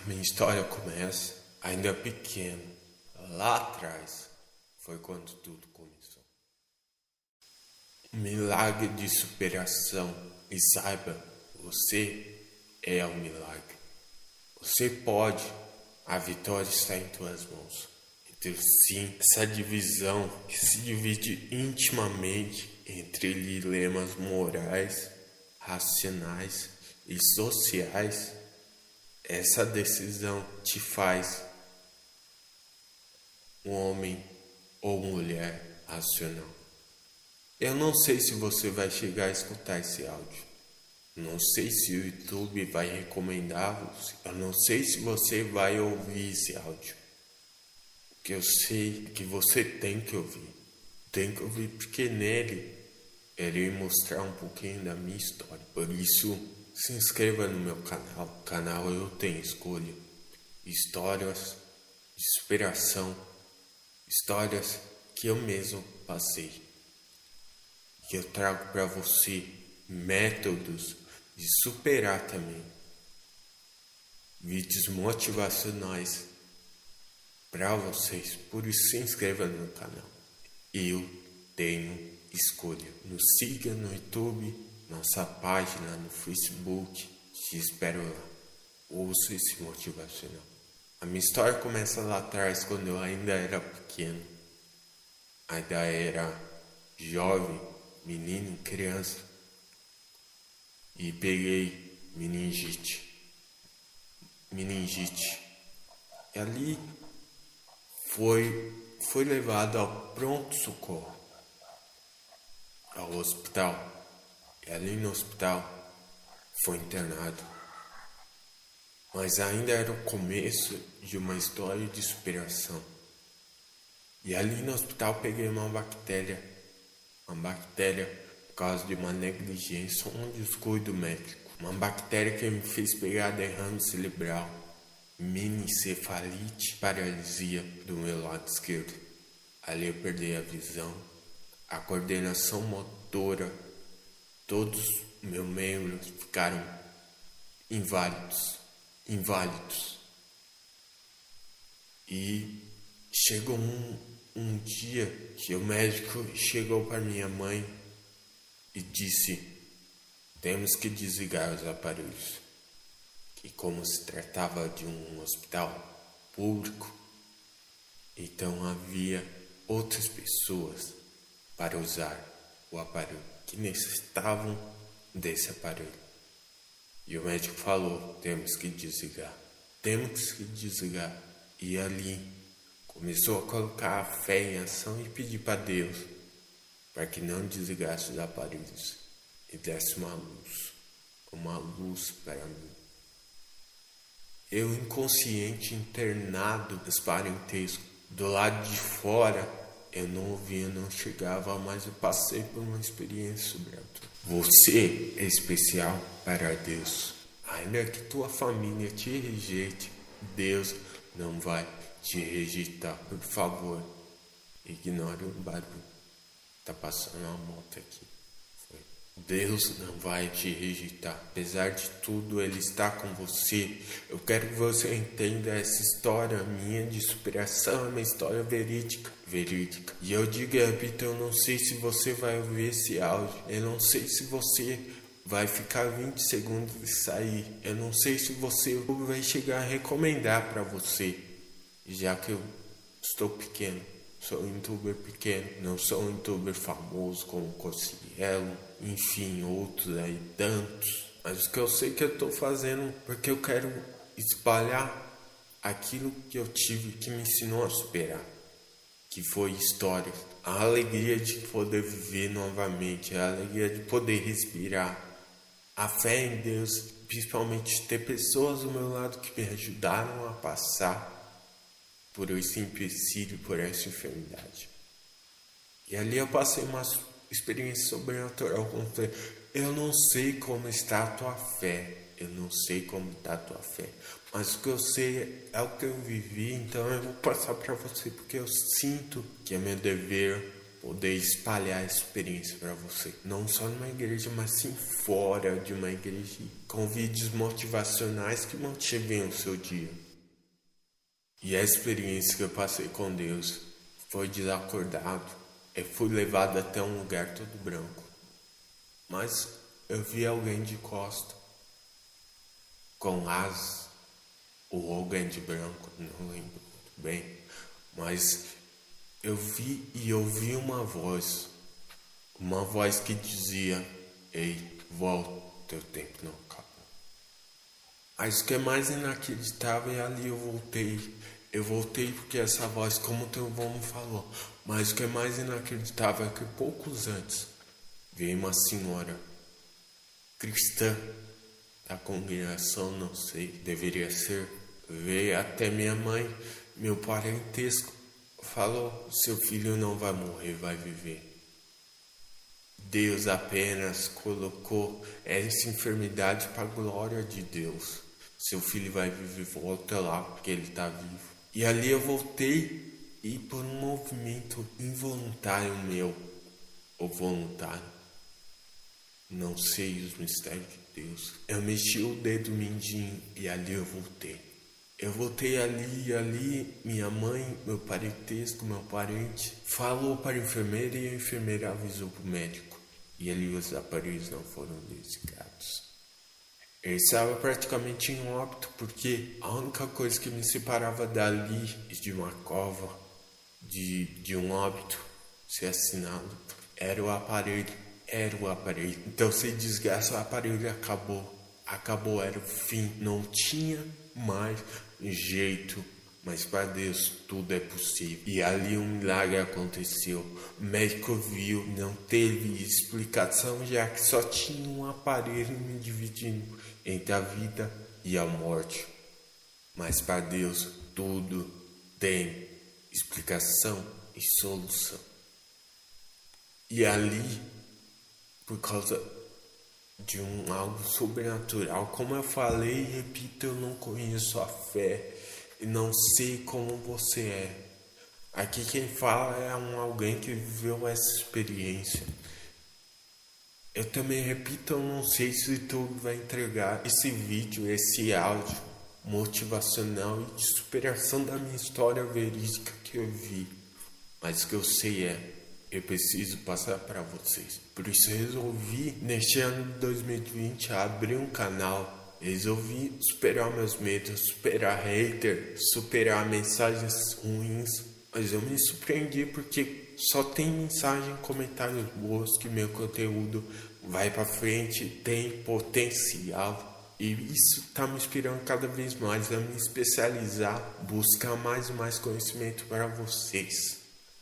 Minha história começa ainda pequeno. Lá atrás foi quando tudo começou. Um milagre de superação. E saiba, você é um milagre. Você pode. A vitória está em tuas mãos. Então sim, essa divisão que se divide intimamente entre dilemas morais, racionais e sociais, essa decisão te faz um homem ou mulher racional. Eu não sei se você vai chegar a escutar esse áudio. Não sei se o YouTube vai recomendá-los. Eu não sei se você vai ouvir esse áudio. O que eu sei é que você tem que ouvir. Tem que ouvir porque nele eu irei mostrar um pouquinho da minha história. Por isso, se inscreva no meu canal. O canal Eu Tenho Escolha. Histórias de superação. Histórias que eu mesmo passei. Que eu trago para você métodos de superar também. Vídeos motivacionais para vocês. Por isso, se inscreva no meu canal. Eu Tenho Escolha. Nos siga no YouTube, nossa página no Facebook. Te espero lá. Ouça esse motivacional. A minha história começa lá atrás, quando eu ainda era pequeno. Ainda era jovem, menino, criança. E peguei meningite. E ali foi levado ao pronto-socorro, ao hospital. E ali no hospital foi internado. Mas ainda era o começo de uma história de superação. E ali no hospital peguei uma bactéria por causa de uma negligência, um descuido médico. Uma bactéria que me fez pegar derrame cerebral, minicefalite, paralisia do meu lado esquerdo. Ali eu perdi a visão, a coordenação motora, todos meus membros ficaram inválidos. E chegou um dia que o médico chegou para minha mãe e disse: temos que desligar os aparelhos. E como se tratava de um hospital público, então havia outras pessoas para usar o aparelho, que necessitavam desse aparelho. E o médico falou: temos que desligar. E ali começou a colocar a fé em ação e pedir para Deus para que não desligasse os aparelhos e desse uma luz para mim. Eu inconsciente, internado nos parentescos, do lado de fora, eu não ouvia, não chegava, mas eu passei por uma experiência sobrenatural. Você é especial para Deus. Ainda que tua família te rejeite, Deus não vai te rejeitar. Por favor, ignore o barulho. Tá passando uma moto aqui. Deus não vai te rejeitar. Apesar de tudo, Ele está com você. Eu quero que você entenda essa história minha de superação. É uma história verídica. E eu digo e repito, eu não sei se você vai ouvir esse áudio. Eu não sei se você vai ficar 20 segundos e sair. Eu não sei se você vai chegar a recomendar para você. Já que eu estou pequeno. Sou um youtuber pequeno, não sou um youtuber famoso como Cossielo, enfim, outros aí, tantos. Mas o que eu sei que eu estou fazendo porque eu quero espalhar aquilo que eu tive que me ensinou a superar, que foi história. A alegria de poder viver novamente, a alegria de poder respirar, a fé em Deus, principalmente ter pessoas do meu lado que me ajudaram a passar por esse empecilho, por essa enfermidade. E ali eu passei uma experiência sobrenatural. Eu não sei como está a tua fé. Mas o que eu sei é o que eu vivi. Então eu vou passar para você, porque eu sinto que é meu dever poder espalhar a experiência para você. Não só numa igreja, mas sim fora de uma igreja, com vídeos motivacionais que motivem o seu dia. E a experiência que eu passei com Deus foi desacordado. Eu fui levado até um lugar todo branco. Mas eu vi alguém de costa, com asas, ou alguém de branco, não lembro muito bem. Mas eu vi e ouvi uma voz que dizia: ei, volta, teu tempo não acabou. Mas o que é mais inacreditável é ali eu voltei porque essa voz, como o teu avô me falou. Mas o que é mais inacreditável é que poucos antes veio uma senhora cristã da congregação, não sei, deveria ser, veio até minha mãe, meu parentesco, falou: seu filho não vai morrer, vai viver. Deus apenas colocou essa enfermidade para a glória de Deus. Seu filho vai viver, volta lá porque ele está vivo. E ali eu voltei e por um movimento involuntário meu, ou voluntário, não sei os mistérios de Deus, eu mexi o dedo mindinho e ali eu voltei. Eu voltei ali, minha mãe, meu parentesco, meu parente, falou para a enfermeira e a enfermeira avisou para o médico. E ali os aparelhos não foram desligados. Eu estava praticamente em óbito, porque a única coisa que me separava dali, de uma cova, de um óbito ser assinado, era o aparelho. Então, se desgraça, o aparelho acabou, era o fim, não tinha mais jeito. Mas para Deus tudo é possível. E ali um milagre aconteceu. O médico viu, não teve explicação, já que só tinha um aparelho me dividindo entre a vida e a morte. Mas para Deus tudo tem explicação e solução. E ali, por causa de algo sobrenatural, como eu falei e repito, eu não conheço a fé. E não sei como você é. Aqui quem fala é alguém que viveu essa experiência. Eu também repito, eu não sei se o YouTube vai entregar esse vídeo, esse áudio motivacional e de superação da minha história verídica que eu vi. Mas o que eu sei é, eu preciso passar para vocês. Por isso eu resolvi, neste ano de 2020, abrir um canal. Resolvi superar meus medos, superar hater, superar mensagens ruins. Mas eu me surpreendi porque só tem mensagem e comentários boas, que meu conteúdo vai pra frente, tem potencial. E isso tá me inspirando cada vez mais a me especializar, buscar mais e mais conhecimento para vocês.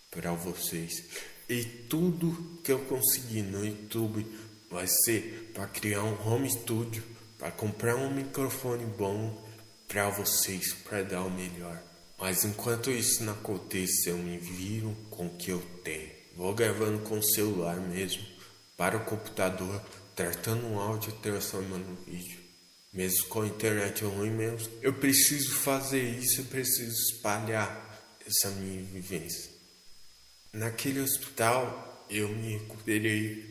E tudo que eu conseguir no YouTube vai ser para criar um home studio, para comprar um microfone bom para vocês, para dar o melhor. Mas enquanto isso não aconteça, eu me viro com o que eu tenho. Vou gravando com o celular mesmo, para o computador, tratando um áudio e transformando um vídeo. Mesmo com a internet ruim mesmo, eu preciso fazer isso, eu preciso espalhar essa minha vivência. Naquele hospital, eu me recuperei.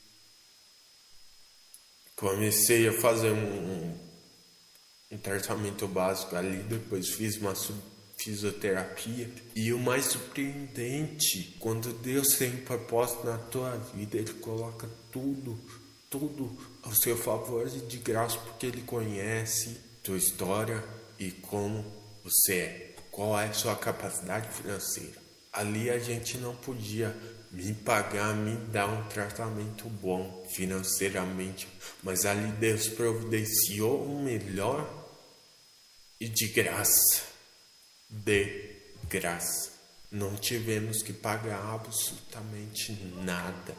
Comecei a fazer um tratamento básico ali, depois fiz uma fisioterapia. E o mais surpreendente, quando Deus tem um propósito na tua vida, Ele coloca tudo ao seu favor e de graça, porque Ele conhece tua história e como você é, qual é a sua capacidade financeira. Ali a gente não podia me pagar, me dar um tratamento bom financeiramente, mas ali Deus providenciou o melhor e de graça. Não tivemos que pagar absolutamente nada.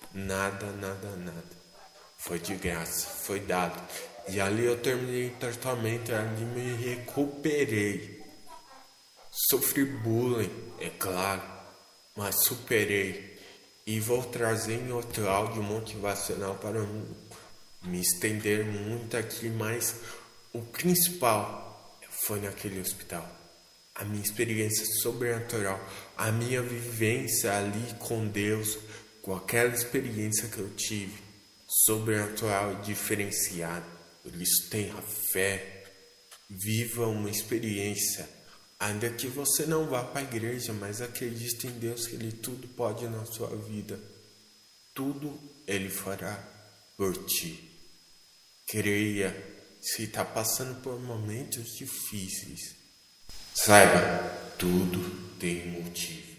Foi de graça, foi dado. E ali eu terminei o tratamento, ali me recuperei. Sofri bullying, é claro, mas superei. E vou trazer em outro áudio motivacional para me estender muito aqui, mas o principal foi naquele hospital. a minha experiência sobrenatural, a minha vivência ali com Deus, com aquela experiência que eu tive, sobrenatural e diferenciada. Por isso tenha fé, viva uma experiência, ainda que você não vá para a igreja, mas acredite em Deus que Ele tudo pode na sua vida, tudo Ele fará por ti. Creia, se está passando por momentos difíceis, saiba, tudo tem motivo.